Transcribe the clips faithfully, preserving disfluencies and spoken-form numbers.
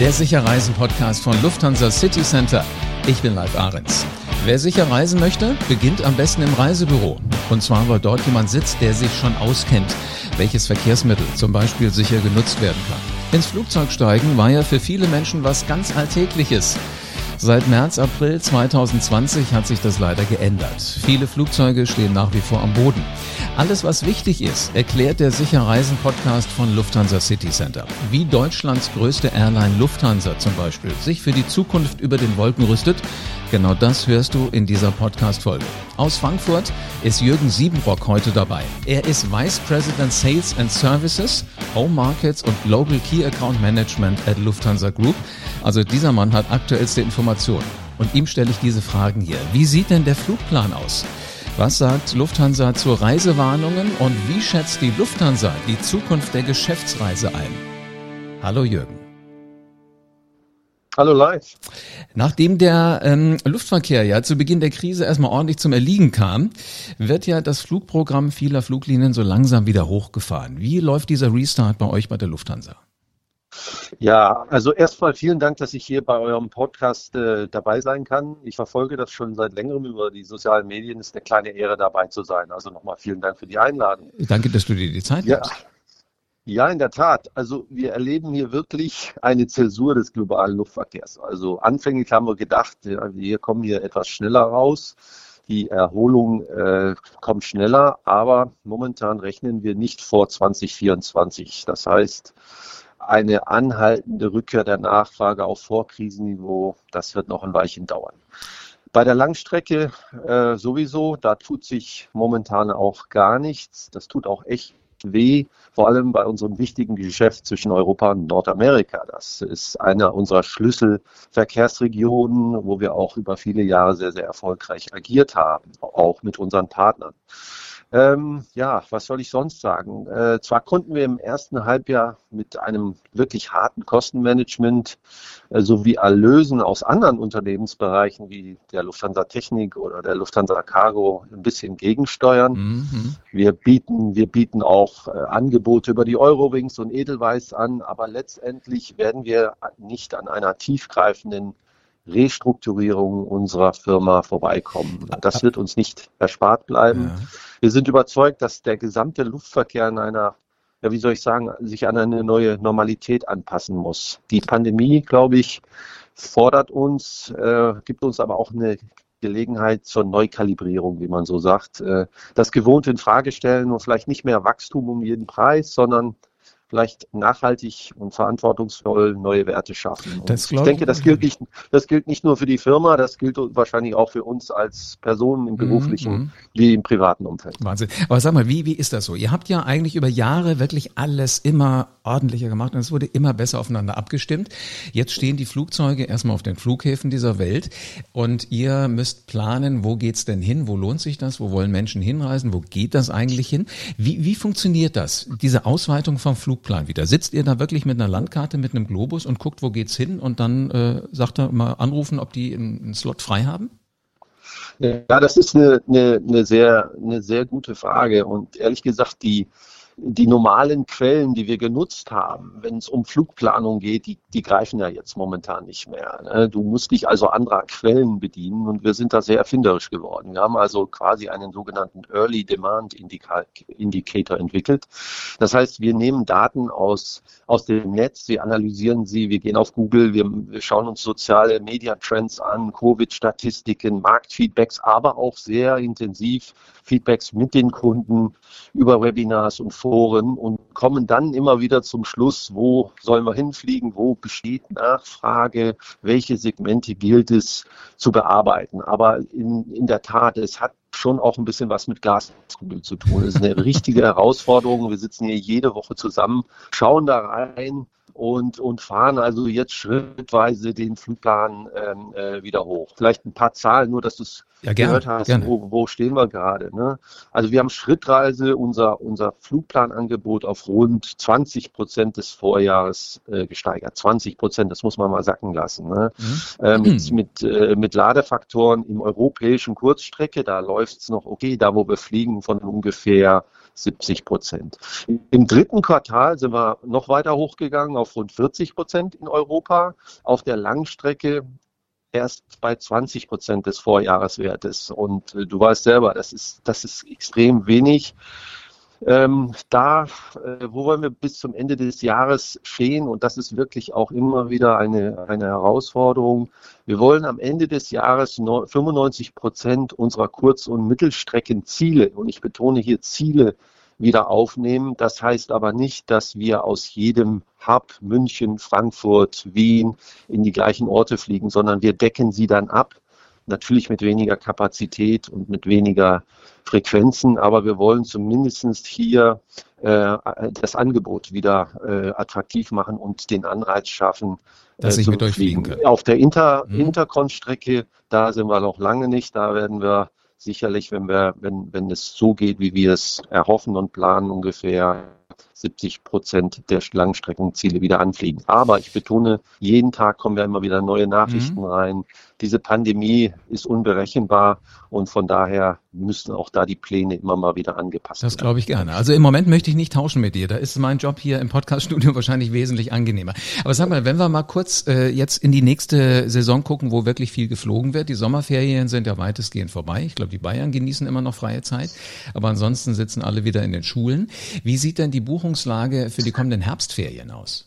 Der Sicher-Reisen-Podcast von Lufthansa City Center. Ich bin Leif Ahrens. Wer sicher reisen möchte, beginnt am besten im Reisebüro. Und zwar, weil dort jemand sitzt, der sich schon auskennt, welches Verkehrsmittel zum Beispiel sicher genutzt werden kann. Ins Flugzeug steigen war ja für viele Menschen was ganz Alltägliches. Seit März, April zwanzig zwanzig hat sich das leider geändert. Viele Flugzeuge stehen nach wie vor am Boden. Alles, was wichtig ist, erklärt der Sicher-Reisen-Podcast von Lufthansa City Center. Wie Deutschlands größte Airline Lufthansa zum Beispiel sich für die Zukunft über den Wolken rüstet, genau das hörst du in dieser Podcast-Folge. Aus Frankfurt ist Jürgen Siebenrock heute dabei. Er ist Vice President Sales and Services, Home Markets und Global Key Account Management at Lufthansa Group. Also dieser Mann hat aktuellste Informationen. Und ihm stelle ich diese Fragen hier. Wie sieht denn der Flugplan aus? Was sagt Lufthansa zu Reisewarnungen und wie schätzt die Lufthansa die Zukunft der Geschäftsreise ein? Hallo Jürgen. Hallo Leif. Nachdem der ähm, Luftverkehr ja zu Beginn der Krise erstmal ordentlich zum Erliegen kam, wird ja das Flugprogramm vieler Fluglinien so langsam wieder hochgefahren. Wie läuft dieser Restart bei euch bei der Lufthansa? Ja, also erstmal vielen Dank, dass ich hier bei eurem Podcast äh, dabei sein kann. Ich verfolge das schon seit längerem über die sozialen Medien. Es ist eine kleine Ehre, dabei zu sein. Also nochmal vielen Dank für die Einladung. Danke, dass du dir die Zeit ja. nimmst. Ja, in der Tat. Also wir erleben hier wirklich eine Zäsur des globalen Luftverkehrs. Also anfänglich haben wir gedacht, wir kommen hier etwas schneller raus. Die Erholung äh, kommt schneller, aber momentan rechnen wir nicht vor zwanzig vierundzwanzig. Das heißt, eine anhaltende Rückkehr der Nachfrage auf Vorkrisenniveau, das wird noch ein Weilchen dauern. Bei der Langstrecke äh, sowieso, da tut sich momentan auch gar nichts. Das tut auch echt weh, vor allem bei unserem wichtigen Geschäft zwischen Europa und Nordamerika. Das ist eine unserer Schlüsselverkehrsregionen, wo wir auch über viele Jahre sehr, sehr erfolgreich agiert haben, auch mit unseren Partnern. Ähm, ja, was soll ich sonst sagen? Äh, zwar konnten wir im ersten Halbjahr mit einem wirklich harten Kostenmanagement äh, sowie Erlösen aus anderen Unternehmensbereichen wie der Lufthansa Technik oder der Lufthansa Cargo ein bisschen gegensteuern. Mhm. Wir bieten, wir bieten auch äh, Angebote über die Eurowings und Edelweiss an, aber letztendlich werden wir nicht an einer tiefgreifenden Restrukturierung unserer Firma vorbeikommen. Das wird uns nicht erspart bleiben. Ja. Wir sind überzeugt, dass der gesamte Luftverkehr in einer, ja, wie soll ich sagen, sich an eine neue Normalität anpassen muss. Die Pandemie, glaube ich, fordert uns, äh, gibt uns aber auch eine Gelegenheit zur Neukalibrierung, wie man so sagt. Äh, das Gewohnte in Frage stellen und vielleicht nicht mehr Wachstum um jeden Preis, sondern vielleicht nachhaltig und verantwortungsvoll neue Werte schaffen. Das ich denke, das gilt nicht, das gilt nicht nur für die Firma, das gilt wahrscheinlich auch für uns als Personen im beruflichen mm-hmm. wie im privaten Umfeld. Wahnsinn. Aber sag mal, wie, wie ist das so? Ihr habt ja eigentlich über Jahre wirklich alles immer ordentlicher gemacht und es wurde immer besser aufeinander abgestimmt. Jetzt stehen die Flugzeuge erstmal auf den Flughäfen dieser Welt und ihr müsst planen, wo geht's denn hin? Wo lohnt sich das? Wo wollen Menschen hinreisen? Wo geht das eigentlich hin? Wie, wie funktioniert das? Diese Ausweitung vom Flug Plan wieder. Sitzt ihr da wirklich mit einer Landkarte, mit einem Globus und guckt, wo geht's hin und dann äh, sagt er mal anrufen, ob die einen, einen Slot frei haben? Ja, das ist eine, eine, eine, sehr, eine sehr gute Frage und ehrlich gesagt, die Die normalen Quellen, die wir genutzt haben, wenn es um Flugplanung geht, die, die greifen ja jetzt momentan nicht mehr. Ne? Du musst dich also anderer Quellen bedienen und wir sind da sehr erfinderisch geworden. Wir haben also quasi einen sogenannten Early Demand Indicator entwickelt. Das heißt, wir nehmen Daten aus, aus dem Netz, wir analysieren sie, wir gehen auf Google, wir, wir schauen uns soziale Media-Trends an, Covid-Statistiken, Marktfeedbacks, aber auch sehr intensiv Feedbacks mit den Kunden über Webinars und Foren und kommen dann immer wieder zum Schluss, wo sollen wir hinfliegen, wo besteht Nachfrage, welche Segmente gilt es zu bearbeiten. Aber in, in der Tat, es hat schon auch ein bisschen was mit Glaskugel zu tun. Es ist eine richtige Herausforderung. Wir sitzen hier jede Woche zusammen, schauen da rein und, und fahren also jetzt schrittweise den Flugplan ähm, äh, wieder hoch. Vielleicht ein paar Zahlen, nur dass du es ja, gehört hast, wo, wo stehen wir gerade. Ne? Also wir haben schrittweise unser, unser Flugplanangebot auf rund zwanzig Prozent des Vorjahres äh, gesteigert. zwanzig Prozent, das muss man mal sacken lassen. Ne? Mhm. Äh, mit, mit, äh, mit Ladefaktoren im europäischen Kurzstrecke, da läuft es noch okay, da wo wir fliegen von ungefähr siebzig Prozent. Im dritten Quartal sind wir noch weiter hochgegangen auf rund vierzig Prozent in Europa, auf der Langstrecke erst bei zwanzig Prozent des Vorjahreswertes. Und äh, du weißt selber, das ist, das ist extrem wenig. Ähm, da, äh, wo wollen wir bis zum Ende des Jahres stehen? Und das ist wirklich auch immer wieder eine, eine Herausforderung. Wir wollen am Ende des Jahres fünfundneunzig Prozent unserer Kurz- und Mittelstreckenziele, und ich betone hier Ziele, wieder aufnehmen. Das heißt aber nicht, dass wir aus jedem Hub, München, Frankfurt, Wien, in die gleichen Orte fliegen, sondern wir decken sie dann ab. Natürlich mit weniger Kapazität und mit weniger Frequenzen, aber wir wollen zumindest hier äh, das Angebot wieder äh, attraktiv machen und den Anreiz schaffen, dass äh, ich mit euch fliegen kann. kann. Auf der Inter- mhm. Intercon-Strecke, da sind wir noch lange nicht. Da werden wir sicherlich, wenn wir, wenn, wenn es so geht, wie wir es erhoffen und planen, ungefähr siebzig Prozent der Langstreckenziele wieder anfliegen. Aber ich betone, jeden Tag kommen ja immer wieder neue Nachrichten mhm. rein. Diese Pandemie ist unberechenbar und von daher müssen auch da die Pläne immer mal wieder angepasst das werden. Das glaube ich gerne. Also im Moment möchte ich nicht tauschen mit dir. Da ist mein Job hier im Podcaststudio wahrscheinlich wesentlich angenehmer. Aber sag mal, wenn wir mal kurz äh, jetzt in die nächste Saison gucken, wo wirklich viel geflogen wird. Die Sommerferien sind ja weitestgehend vorbei. Ich glaube, die Bayern genießen immer noch freie Zeit. Aber ansonsten sitzen alle wieder in den Schulen. Wie sieht denn die Buchungslage für die kommenden Herbstferien aus?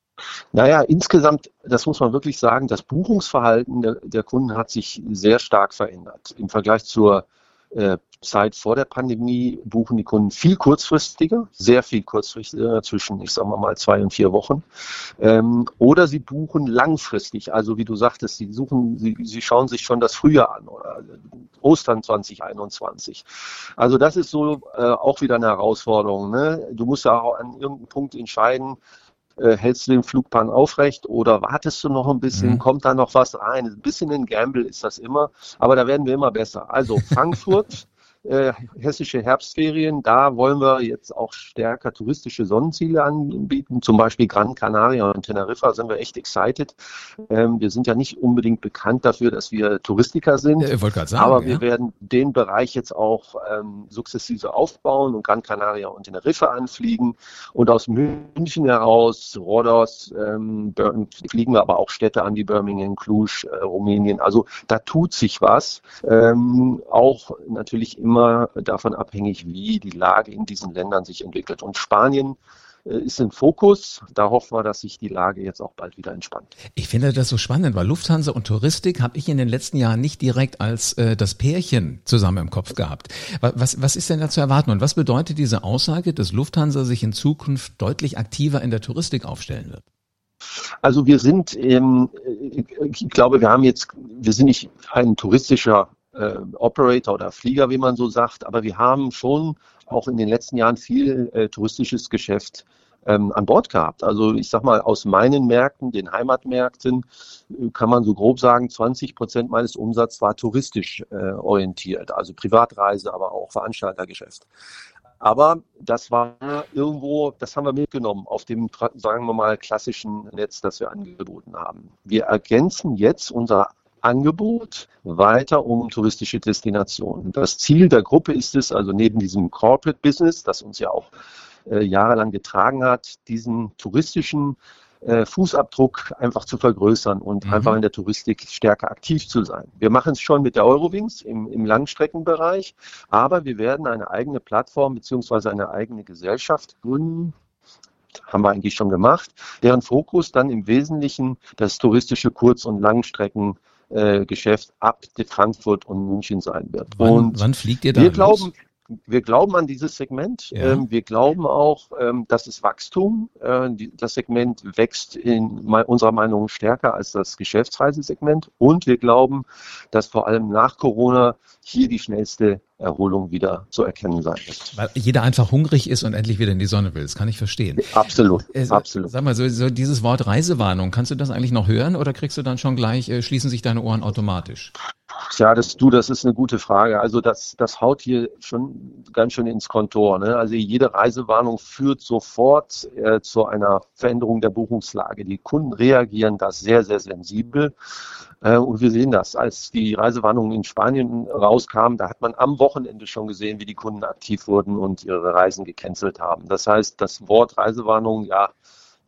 Naja, insgesamt, das muss man wirklich sagen, das Buchungsverhalten der, der Kunden hat sich sehr stark verändert. Im Vergleich zur äh, Zeit vor der Pandemie buchen die Kunden viel kurzfristiger, sehr viel kurzfristiger, zwischen, ich sage mal, zwei und vier Wochen. Ähm, oder sie buchen langfristig, also wie du sagtest, sie suchen, sie, sie schauen sich schon das Frühjahr an oder Ostern zwanzig einundzwanzig. Also das ist so äh, auch wieder eine Herausforderung. Ne? Du musst ja auch an irgendeinem Punkt entscheiden, hältst du den Flugplan aufrecht oder wartest du noch ein bisschen, mhm. kommt da noch was rein? Ein bisschen ein Gamble ist das immer, aber da werden wir immer besser. Also Frankfurt, äh, hessische Herbstferien, da wollen wir jetzt auch stärker touristische Sonnenziele anbieten, zum Beispiel Gran Canaria und Teneriffa, sind wir echt excited. Ähm, wir sind ja nicht unbedingt bekannt dafür, dass wir Touristiker sind, ja, ich wollte gerade sagen, aber wir ja. werden den Bereich jetzt auch ähm, sukzessive aufbauen und Gran Canaria und Teneriffa anfliegen und aus München heraus, Rhodos, ähm, fliegen wir aber auch Städte an wie Birmingham, Cluj, äh, Rumänien, also da tut sich was, ähm, auch natürlich immer immer davon abhängig, wie die Lage in diesen Ländern sich entwickelt. Und Spanien äh, ist im Fokus. Da hoffen wir, dass sich die Lage jetzt auch bald wieder entspannt. Ich finde das so spannend, weil Lufthansa und Touristik habe ich in den letzten Jahren nicht direkt als äh, das Pärchen zusammen im Kopf gehabt. Was, was ist denn da zu erwarten und was bedeutet diese Aussage, dass Lufthansa sich in Zukunft deutlich aktiver in der Touristik aufstellen wird? Also wir sind, ähm, ich glaube, wir haben jetzt, wir sind nicht ein touristischer Äh, Operator oder Flieger, wie man so sagt, aber wir haben schon auch in den letzten Jahren viel äh, touristisches Geschäft ähm, an Bord gehabt. Also ich sag mal, aus meinen Märkten, den Heimatmärkten, äh, kann man so grob sagen, zwanzig Prozent meines Umsatzes war touristisch äh, orientiert, also Privatreise, aber auch Veranstaltergeschäft. Aber das war irgendwo, das haben wir mitgenommen auf dem, sagen wir mal, klassischen Netz, das wir angeboten haben. Wir ergänzen jetzt unser Angebot weiter um touristische Destinationen. Das Ziel der Gruppe ist es, also neben diesem Corporate Business, das uns ja auch äh, jahrelang getragen hat, diesen touristischen äh, Fußabdruck einfach zu vergrößern und mhm. einfach in der Touristik stärker aktiv zu sein. Wir machen es schon mit der Eurowings im, im Langstreckenbereich, aber wir werden eine eigene Plattform bzw. eine eigene Gesellschaft gründen, haben wir eigentlich schon gemacht, deren Fokus dann im Wesentlichen das touristische Kurz- und Langstrecken Äh, Geschäft ab Frankfurt und München sein wird. Wann, und wann fliegt ihr da wir los? glauben, wir glauben an dieses Segment. Ja. Ähm, wir glauben auch, ähm, dass es Wachstum. Äh, die, das Segment wächst in me- unserer Meinung stärker als das Geschäftsreisesegment. Und wir glauben, dass vor allem nach Corona hier die schnellste Erholung wieder zu erkennen sein wird. Weil jeder einfach hungrig ist und endlich wieder in die Sonne will. Das kann ich verstehen. Absolut, äh, absolut. Sag mal, so, so dieses Wort Reisewarnung, kannst du das eigentlich noch hören oder kriegst du dann schon gleich, äh, schließen sich deine Ohren automatisch? Ja, das, du, das ist eine gute Frage. Also das, das haut hier schon ganz schön ins Kontor. Ne? Also jede Reisewarnung führt sofort äh, zu einer Veränderung der Buchungslage. Die Kunden reagieren da sehr, sehr sensibel. Äh, und wir sehen das. Als die Reisewarnungen in Spanien rauskamen, da hat man am Wochenende schon gesehen, wie die Kunden aktiv wurden und ihre Reisen gecancelt haben. Das heißt, das Wort Reisewarnung, ja,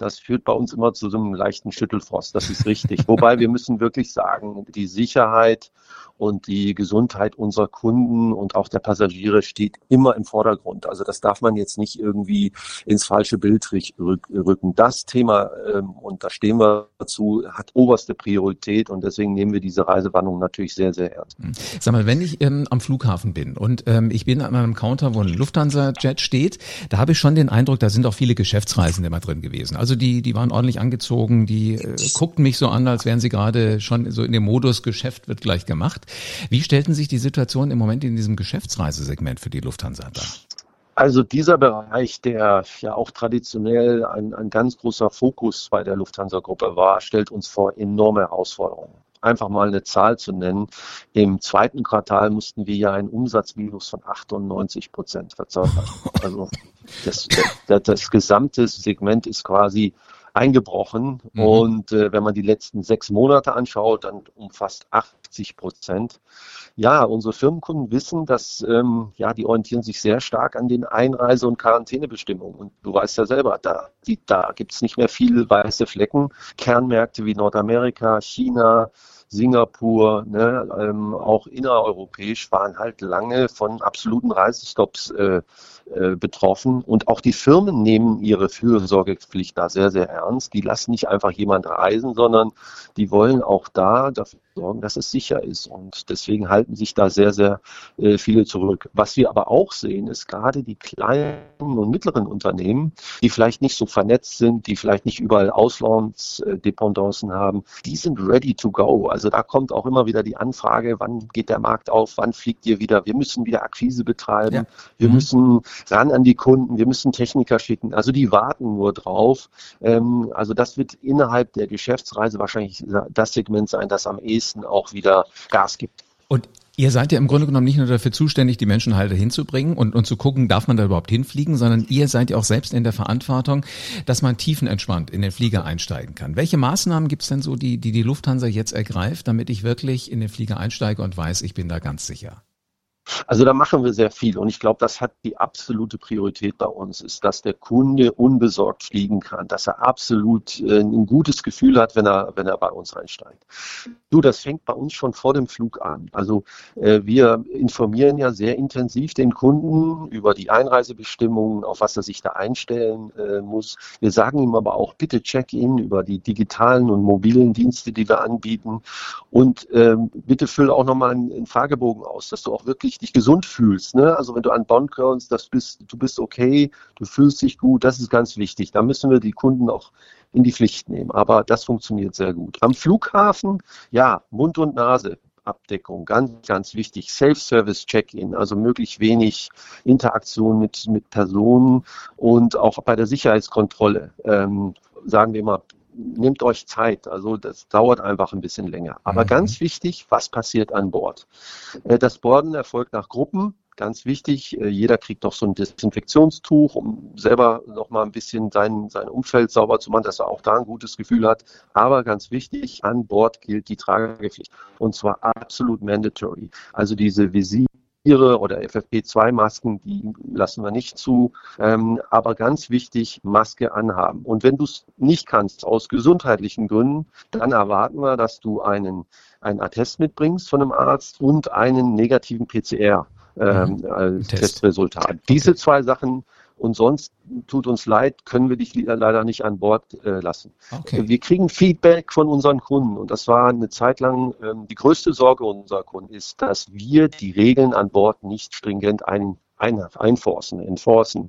das führt bei uns immer zu so einem leichten Schüttelfrost. Das ist richtig. Wobei wir müssen wirklich sagen, die Sicherheit und die Gesundheit unserer Kunden und auch der Passagiere steht immer im Vordergrund. Also das darf man jetzt nicht irgendwie ins falsche Bild rücken. Das Thema, ähm, und da stehen wir dazu, hat oberste Priorität und deswegen nehmen wir diese Reisewarnung natürlich sehr, sehr ernst. Sag mal, wenn ich ähm, am Flughafen bin und ähm, ich bin an einem Counter, wo ein Lufthansa-Jet steht, da habe ich schon den Eindruck, da sind auch viele Geschäftsreisende immer drin gewesen. Also die, die waren ordentlich angezogen, die äh, guckten mich so an, als wären sie gerade schon so in dem Modus, Geschäft wird gleich gemacht. Wie stellten sich die Situation im Moment in diesem Geschäftsreisesegment für die Lufthansa dar? Also dieser Bereich, der ja auch traditionell ein, ein ganz großer Fokus bei der Lufthansa-Gruppe war, stellt uns vor enorme Herausforderungen. Einfach mal eine Zahl zu nennen. Im zweiten Quartal mussten wir ja einen Umsatzminus von achtundneunzig Prozent verzeichnen. Also das, das, das gesamte Segment ist quasi eingebrochen. Mhm. Und äh, wenn man die letzten sechs Monate anschaut, dann um fast achtzig Prozent. Ja, unsere Firmenkunden wissen, dass ähm, ja, die orientieren sich sehr stark an den Einreise- und Quarantänebestimmungen. Und du weißt ja selber, da, die, da gibt es nicht mehr viele weiße Flecken. Kernmärkte wie Nordamerika, China, Singapur, ne, ähm, auch innereuropäisch waren halt lange von absoluten Reisestops äh, äh, betroffen. Und auch die Firmen nehmen ihre Fürsorgepflicht da sehr, sehr ernst. Die lassen nicht einfach jemand reisen, sondern die wollen auch da dafür sorgen, dass es sicher ist. Und deswegen halten sich da sehr, sehr äh, viele zurück. Was wir aber auch sehen, ist gerade die kleinen und mittleren Unternehmen, die vielleicht nicht so vernetzt sind, die vielleicht nicht überall Auslandsdependancen haben, die sind ready to go. Also da kommt auch immer wieder die Anfrage, wann geht der Markt auf, wann fliegt ihr wieder? Wir müssen wieder Akquise betreiben, ja. wir mhm. müssen ran an die Kunden, wir müssen Techniker schicken. Also die warten nur drauf. Ähm, also das wird innerhalb der Geschäftsreise wahrscheinlich das Segment sein, das am ehesten auch wieder Gas gibt. Und ihr seid ja im Grunde genommen nicht nur dafür zuständig, die Menschen halt hinzubringen und, und zu gucken, darf man da überhaupt hinfliegen, sondern ihr seid ja auch selbst in der Verantwortung, dass man tiefenentspannt in den Flieger einsteigen kann. Welche Maßnahmen gibt es denn so, die, die die Lufthansa jetzt ergreift, damit ich wirklich in den Flieger einsteige und weiß, ich bin da ganz sicher? Also da machen wir sehr viel und ich glaube, das hat die absolute Priorität bei uns, ist, dass der Kunde unbesorgt fliegen kann, dass er absolut äh, ein gutes Gefühl hat, wenn er, wenn er bei uns einsteigt. Du, das fängt bei uns schon vor dem Flug an. Also äh, wir informieren ja sehr intensiv den Kunden über die Einreisebestimmungen, auf was er sich da einstellen äh, muss. Wir sagen ihm aber auch, bitte check-in über die digitalen und mobilen Dienste, die wir anbieten und äh, bitte füll auch nochmal einen, einen Fragebogen aus, dass du auch wirklich dich gesund fühlst. Ne? Also wenn du an Bord kommst, das bist, du bist okay, du fühlst dich gut, das ist ganz wichtig. Da müssen wir die Kunden auch in die Pflicht nehmen. Aber das funktioniert sehr gut. Am Flughafen, ja, Mund und Nase. Abdeckung, ganz, ganz wichtig. Self-Service-Check-in, also möglichst wenig Interaktion mit, mit Personen und auch bei der Sicherheitskontrolle, ähm, sagen wir mal, nehmt euch Zeit, also das dauert einfach ein bisschen länger. Aber mhm. ganz wichtig, was passiert an Bord? Das Boarden erfolgt nach Gruppen, ganz wichtig, jeder kriegt noch so ein Desinfektionstuch, um selber noch mal ein bisschen sein, sein Umfeld sauber zu machen, dass er auch da ein gutes Gefühl hat. Aber ganz wichtig, an Bord gilt die Tragepflicht und zwar absolut mandatory. Also diese Visier oder F F P zwei Masken, die lassen wir nicht zu. Ähm, aber ganz wichtig, Maske anhaben. Und wenn du es nicht kannst, aus gesundheitlichen Gründen, dann erwarten wir, dass du einen, einen Attest mitbringst von einem Arzt und einen negativen P C R. Ähm, mhm. Testresultat. Diese zwei Sachen und sonst tut uns leid, können wir dich leider nicht an Bord äh, lassen. Okay. Wir kriegen Feedback von unseren Kunden und das war eine Zeit lang ähm, die größte Sorge unserer Kunden ist, dass wir die Regeln an Bord nicht stringent ein Ein, einforcen, enforcen.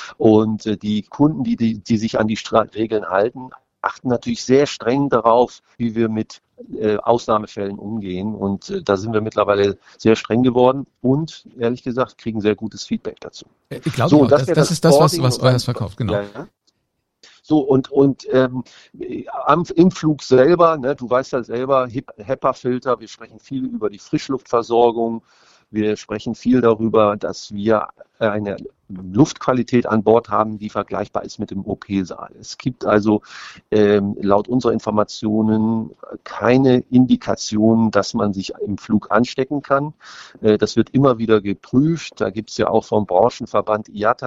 Und äh, die Kunden, die, die, die sich an die Stra- Regeln halten, achten natürlich sehr streng darauf, wie wir mit äh, Ausnahmefällen umgehen. Und äh, da sind wir mittlerweile sehr streng geworden und, ehrlich gesagt, kriegen sehr gutes Feedback dazu. Ich glaube, so, das, das, das ist das, was, was Euers verkauft, genau. Ja, ja. So, und, und ähm, am, im Flug selber, ne, du weißt ja selber, HEPA-Filter, wir sprechen viel über die Frischluftversorgung, wir sprechen viel darüber, dass wir eine Luftqualität an Bord haben, die vergleichbar ist mit dem O P-Saal. Es gibt also ähm, laut unserer Informationen keine Indikation, dass man sich im Flug anstecken kann. Äh, das wird immer wieder geprüft. Da gibt es ja auch vom Branchenverband I A T A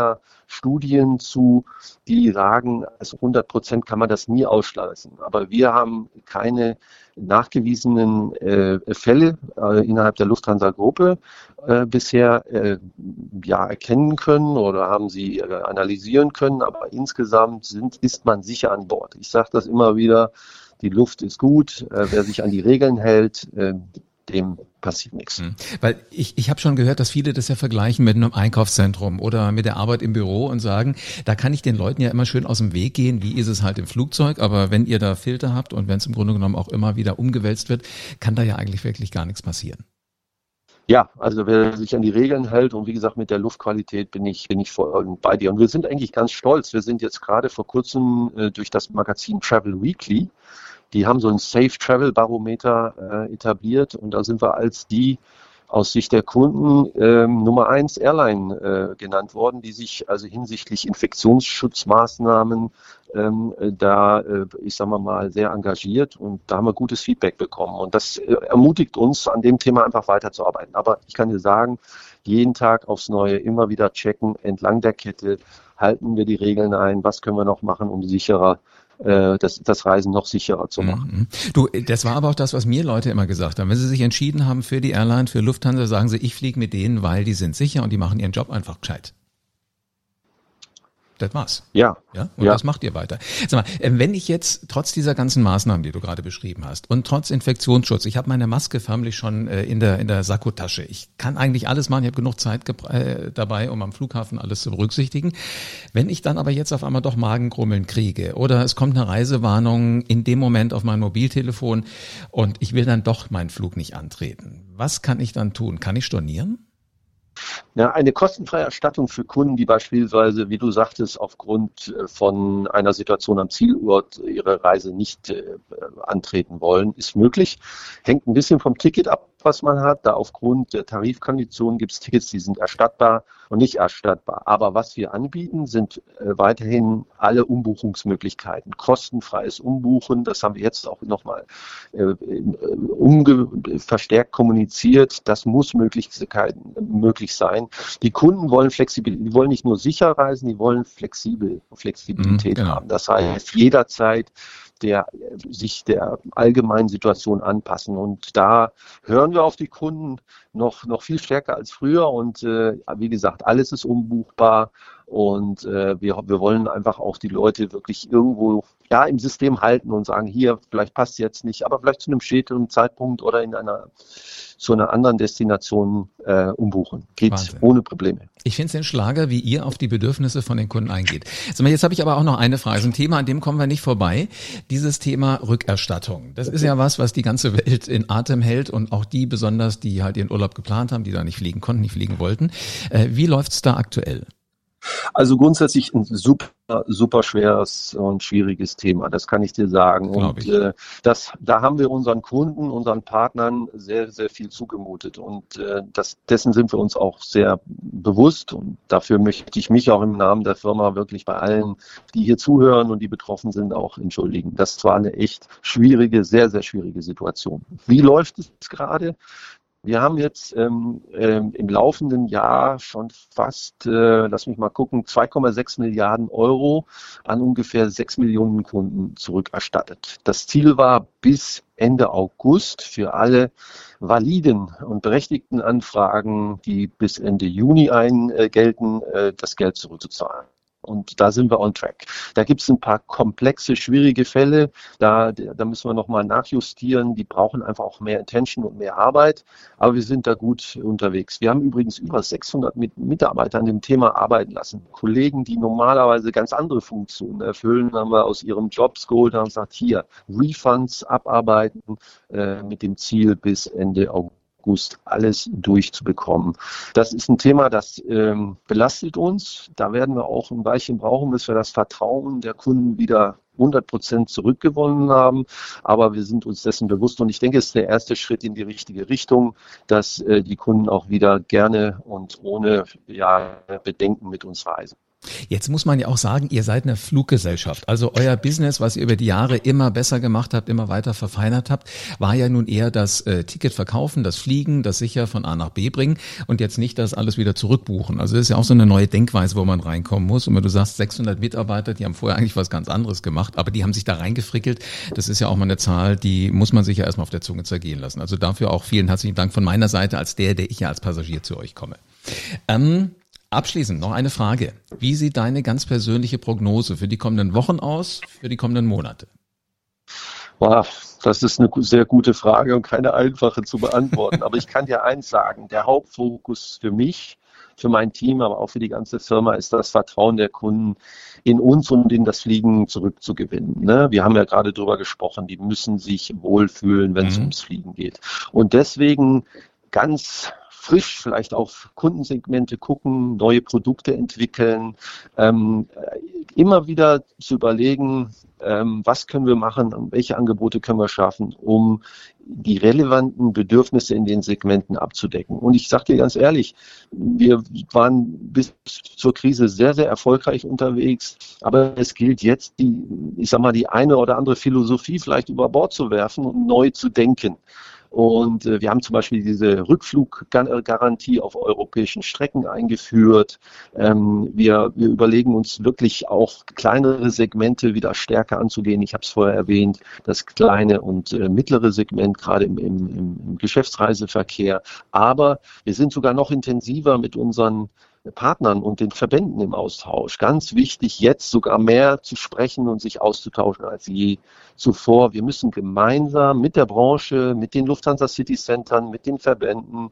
Studien zu, die sagen, also hundert Prozent kann man das nie ausschließen. Aber wir haben keine nachgewiesenen äh, Fälle äh, innerhalb der Lufthansa-Gruppe äh, bisher äh, ja, erkennen können oder haben sie äh, analysieren können. Aber insgesamt sind, ist man sicher an Bord. Ich sage das immer wieder, die Luft ist gut, äh, wer sich an die Regeln hält, äh, dem passiert nichts. Hm. Weil ich, ich habe schon gehört, dass viele das ja vergleichen mit einem Einkaufszentrum oder mit der Arbeit im Büro und sagen, da kann ich den Leuten ja immer schön aus dem Weg gehen, wie ist es halt im Flugzeug, aber wenn ihr da Filter habt und wenn es im Grunde genommen auch immer wieder umgewälzt wird, kann da ja eigentlich wirklich gar nichts passieren. Ja, also wer sich an die Regeln hält und wie gesagt mit der Luftqualität bin ich bin ich voll bei dir und wir sind eigentlich ganz stolz. Wir sind jetzt gerade vor kurzem äh, durch das Magazin Travel Weekly, die haben so ein Safe Travel Barometer äh, etabliert und da sind wir als die aus Sicht der Kunden ähm, Nummer eins Airline äh, genannt worden, die sich also hinsichtlich Infektionsschutzmaßnahmen ähm, da, äh, ich sag mal mal, sehr engagiert und da haben wir gutes Feedback bekommen und das äh, ermutigt uns, an dem Thema einfach weiterzuarbeiten. Aber ich kann dir sagen, jeden Tag aufs Neue immer wieder checken, entlang der Kette, halten wir die Regeln ein, was können wir noch machen, um sicherer Das, das Reisen noch sicherer zu machen. Du, das war aber auch das, was mir Leute immer gesagt haben. Wenn sie sich entschieden haben für die Airline, für Lufthansa, sagen sie, ich fliege mit denen, weil die sind sicher und die machen ihren Job einfach gescheit. Das war's. Ja. Ja. Und ja. das macht ihr weiter. Sag mal, wenn ich jetzt trotz dieser ganzen Maßnahmen, die du gerade beschrieben hast, und trotz Infektionsschutz, ich habe meine Maske förmlich schon in der in der Sakkotasche. Ich kann eigentlich alles machen. Ich habe genug Zeit äh, dabei, um am Flughafen alles zu berücksichtigen. Wenn ich dann aber jetzt auf einmal doch Magengrummeln kriege oder es kommt eine Reisewarnung in dem Moment auf mein Mobiltelefon und ich will dann doch meinen Flug nicht antreten, was kann ich dann tun? Kann ich stornieren? Ja, eine kostenfreie Erstattung für Kunden, die beispielsweise, wie du sagtest, aufgrund von einer Situation am Zielort ihre Reise nicht äh, antreten wollen, ist möglich. Hängt ein bisschen vom Ticket ab, was man hat. Da aufgrund der Tarifkonditionen gibt es Tickets, die sind erstattbar und nicht erstattbar. Aber was wir anbieten, sind äh, weiterhin alle Umbuchungsmöglichkeiten. Kostenfreies Umbuchen, das haben wir jetzt auch nochmal äh, umge- verstärkt kommuniziert. Das muss Möglichkeiten, möglich sein. Die Kunden wollen flexibel, die wollen nicht nur sicher reisen, die wollen flexibel, Flexibilität mhm, genau. haben. Das heißt, jederzeit der sich der allgemeinen Situation anpassen. Und da hören wir auf die Kunden noch, noch viel stärker als früher. Und äh, wie gesagt, alles ist umbuchbar. Und äh, wir, wir wollen einfach auch die Leute wirklich irgendwo ja, im System halten und sagen, hier, vielleicht passt es jetzt nicht, aber vielleicht zu einem späteren Zeitpunkt oder in einer zu einer anderen Destination äh, umbuchen. Geht Wahnsinn. Ohne Probleme. Ich finde es den Schlager, wie ihr auf die Bedürfnisse von den Kunden eingeht. So, jetzt habe ich aber auch noch eine Frage. So ein Thema, an dem kommen wir nicht vorbei. Dieses Thema Rückerstattung. Das okay. ist ja was, was die ganze Welt in Atem hält und auch die besonders, die halt ihren Urlaub geplant haben, die da nicht fliegen konnten, nicht fliegen wollten. Äh, wie läuft's da aktuell? Also grundsätzlich ein super, super schweres und schwieriges Thema, das kann ich dir sagen. Glaub und ich. Äh, das, da haben wir unseren Kunden, unseren Partnern sehr, sehr viel zugemutet. Und äh, das, dessen sind wir uns auch sehr bewusst. Und dafür möchte ich mich auch im Namen der Firma wirklich bei allen, die hier zuhören und die betroffen sind, auch entschuldigen. Das war eine echt schwierige, sehr, sehr schwierige Situation. Wie läuft es gerade? Wir haben jetzt ähm, ähm, im laufenden Jahr schon fast, äh, lass mich mal gucken, zwei Komma sechs Milliarden Euro an ungefähr sechs Millionen Kunden zurückerstattet. Das Ziel war, bis Ende August für alle validen und berechtigten Anfragen, die bis Ende Juni ein äh, gelten, äh, das Geld zurückzuzahlen. Und da sind wir on track. Da gibt es ein paar komplexe, schwierige Fälle. Da, da müssen wir nochmal nachjustieren. Die brauchen einfach auch mehr Attention und mehr Arbeit. Aber wir sind da gut unterwegs. Wir haben übrigens über sechshundert Mitarbeiter an dem Thema arbeiten lassen. Kollegen, die normalerweise ganz andere Funktionen erfüllen, haben wir aus ihrem Jobs geholt und haben gesagt, hier, Refunds abarbeiten äh, mit dem Ziel bis Ende August. alles durchzubekommen. Das ist ein Thema, das ähm, belastet uns. Da werden wir auch ein Weilchen brauchen, bis wir das Vertrauen der Kunden wieder hundert Prozent zurückgewonnen haben. Aber wir sind uns dessen bewusst und ich denke, es ist der erste Schritt in die richtige Richtung, dass äh, die Kunden auch wieder gerne und ohne ja, Bedenken mit uns reisen. Jetzt muss man ja auch sagen, ihr seid eine Fluggesellschaft. Also euer Business, was ihr über die Jahre immer besser gemacht habt, immer weiter verfeinert habt, war ja nun eher das äh, Ticket verkaufen, das Fliegen, das sicher von A nach B bringen und jetzt nicht das alles wieder zurückbuchen. Also das ist ja auch so eine neue Denkweise, wo man reinkommen muss. Und wenn du sagst, sechshundert Mitarbeiter, die haben vorher eigentlich was ganz anderes gemacht, aber die haben sich da reingefrickelt. Das ist ja auch mal eine Zahl, die muss man sich ja erstmal auf der Zunge zergehen lassen. Also dafür auch vielen herzlichen Dank von meiner Seite als der, der ich ja als Passagier zu euch komme. Ähm, Abschließend noch eine Frage. Wie sieht deine ganz persönliche Prognose für die kommenden Wochen aus, für die kommenden Monate? Wow, das ist eine sehr gute Frage und keine einfache zu beantworten. Aber ich kann dir eins sagen, der Hauptfokus für mich, für mein Team, aber auch für die ganze Firma ist das Vertrauen der Kunden in uns und in das Fliegen zurückzugewinnen. Ne? Wir haben ja gerade drüber gesprochen, die müssen sich wohlfühlen, wenn es mhm. ums Fliegen geht. Und deswegen ganz frisch vielleicht auf Kundensegmente gucken, neue Produkte entwickeln, ähm, immer wieder zu überlegen, ähm, was können wir machen und welche Angebote können wir schaffen, um die relevanten Bedürfnisse in den Segmenten abzudecken. Und ich sage dir ganz ehrlich, wir waren bis zur Krise sehr, sehr erfolgreich unterwegs, aber es gilt jetzt, die, ich sag mal, die eine oder andere Philosophie vielleicht über Bord zu werfen und neu zu denken. Und äh, wir haben zum Beispiel diese Rückfluggarantie auf europäischen Strecken eingeführt. Ähm, wir, wir überlegen uns wirklich auch kleinere Segmente wieder stärker anzugehen. Ich habe es vorher erwähnt, das kleine und äh, mittlere Segment, gerade im, im, im Geschäftsreiseverkehr. Aber wir sind sogar noch intensiver mit unseren Partnern und den Verbänden im Austausch. Ganz wichtig, jetzt sogar mehr zu sprechen und sich auszutauschen als je zuvor. Wir müssen gemeinsam mit der Branche, mit den Lufthansa City Centern, mit den Verbänden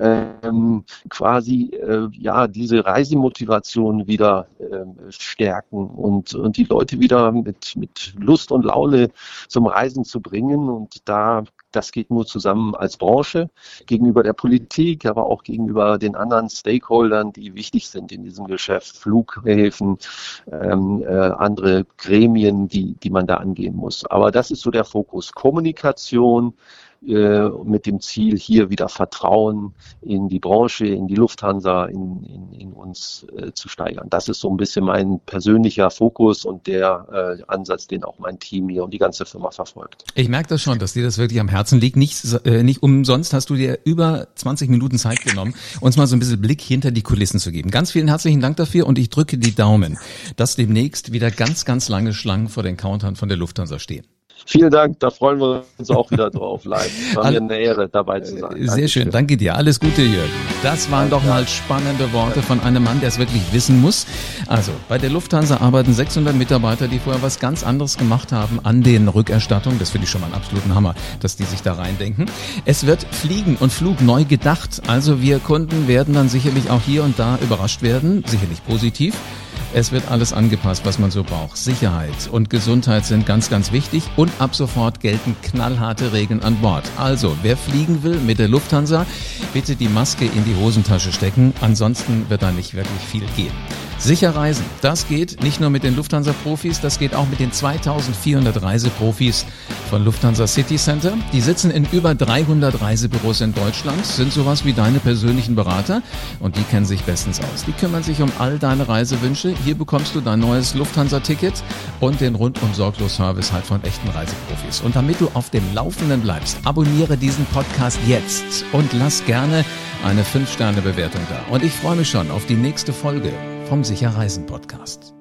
ähm, quasi äh, ja diese Reisemotivation wieder äh, stärken und, und die Leute wieder mit, mit Lust und Laune zum Reisen zu bringen. Und da Das geht nur zusammen als Branche, gegenüber der Politik, aber auch gegenüber den anderen Stakeholdern, die wichtig sind in diesem Geschäft, Flughäfen, ähm, äh, andere Gremien, die, die man da angehen muss. Aber das ist so der Fokus. Kommunikation äh, mit dem Ziel, hier wieder Vertrauen in die Branche, in die Lufthansa, in, in, in uns äh, zu steigern. Das ist so ein bisschen mein persönlicher Fokus und der äh, Ansatz, den auch mein Team hier und die ganze Firma verfolgt. Ich merke das schon, dass dir das wirklich am Herzen liegt. Nicht, äh, nicht umsonst hast du dir über zwanzig Minuten Zeit genommen, uns mal so ein bisschen Blick hinter die Kulissen zu geben. Ganz vielen herzlichen Dank dafür und ich drücke die Daumen, dass demnächst wieder ganz, ganz lange Schlangen vor den Countern von der Lufthansa stehen. Vielen Dank, da freuen wir uns auch wieder drauf live. War mir eine Ehre, dabei zu sein. Sehr Dankeschön. Schön, danke dir. Alles Gute, Jürgen. Das waren doch mal spannende Worte von einem Mann, der es wirklich wissen muss. Also, bei der Lufthansa arbeiten sechshundert Mitarbeiter, die vorher was ganz anderes gemacht haben an den Rückerstattungen. Das finde ich schon mal einen absoluten Hammer, dass die sich da reindenken. Es wird Fliegen und Flug neu gedacht. Also wir Kunden werden dann sicherlich auch hier und da überrascht werden, sicherlich positiv. Es wird alles angepasst, was man so braucht. Sicherheit und Gesundheit sind ganz, ganz wichtig und ab sofort gelten knallharte Regeln an Bord. Also, wer fliegen will mit der Lufthansa, bitte die Maske in die Hosentasche stecken, ansonsten wird da nicht wirklich viel gehen. Sicher reisen, das geht nicht nur mit den Lufthansa-Profis, das geht auch mit den zweitausendvierhundert Reiseprofis von Lufthansa City Center. Die sitzen in über dreihundert Reisebüros in Deutschland, sind sowas wie deine persönlichen Berater und die kennen sich bestens aus. Die kümmern sich um all deine Reisewünsche. Hier bekommst du dein neues Lufthansa-Ticket und den rundum sorglos Service halt von echten Reiseprofis. Und damit du auf dem Laufenden bleibst, abonniere diesen Podcast jetzt und lass gerne eine fünf Sterne Bewertung da. Und ich freue mich schon auf die nächste Folge vom Sicher Reisen Podcast.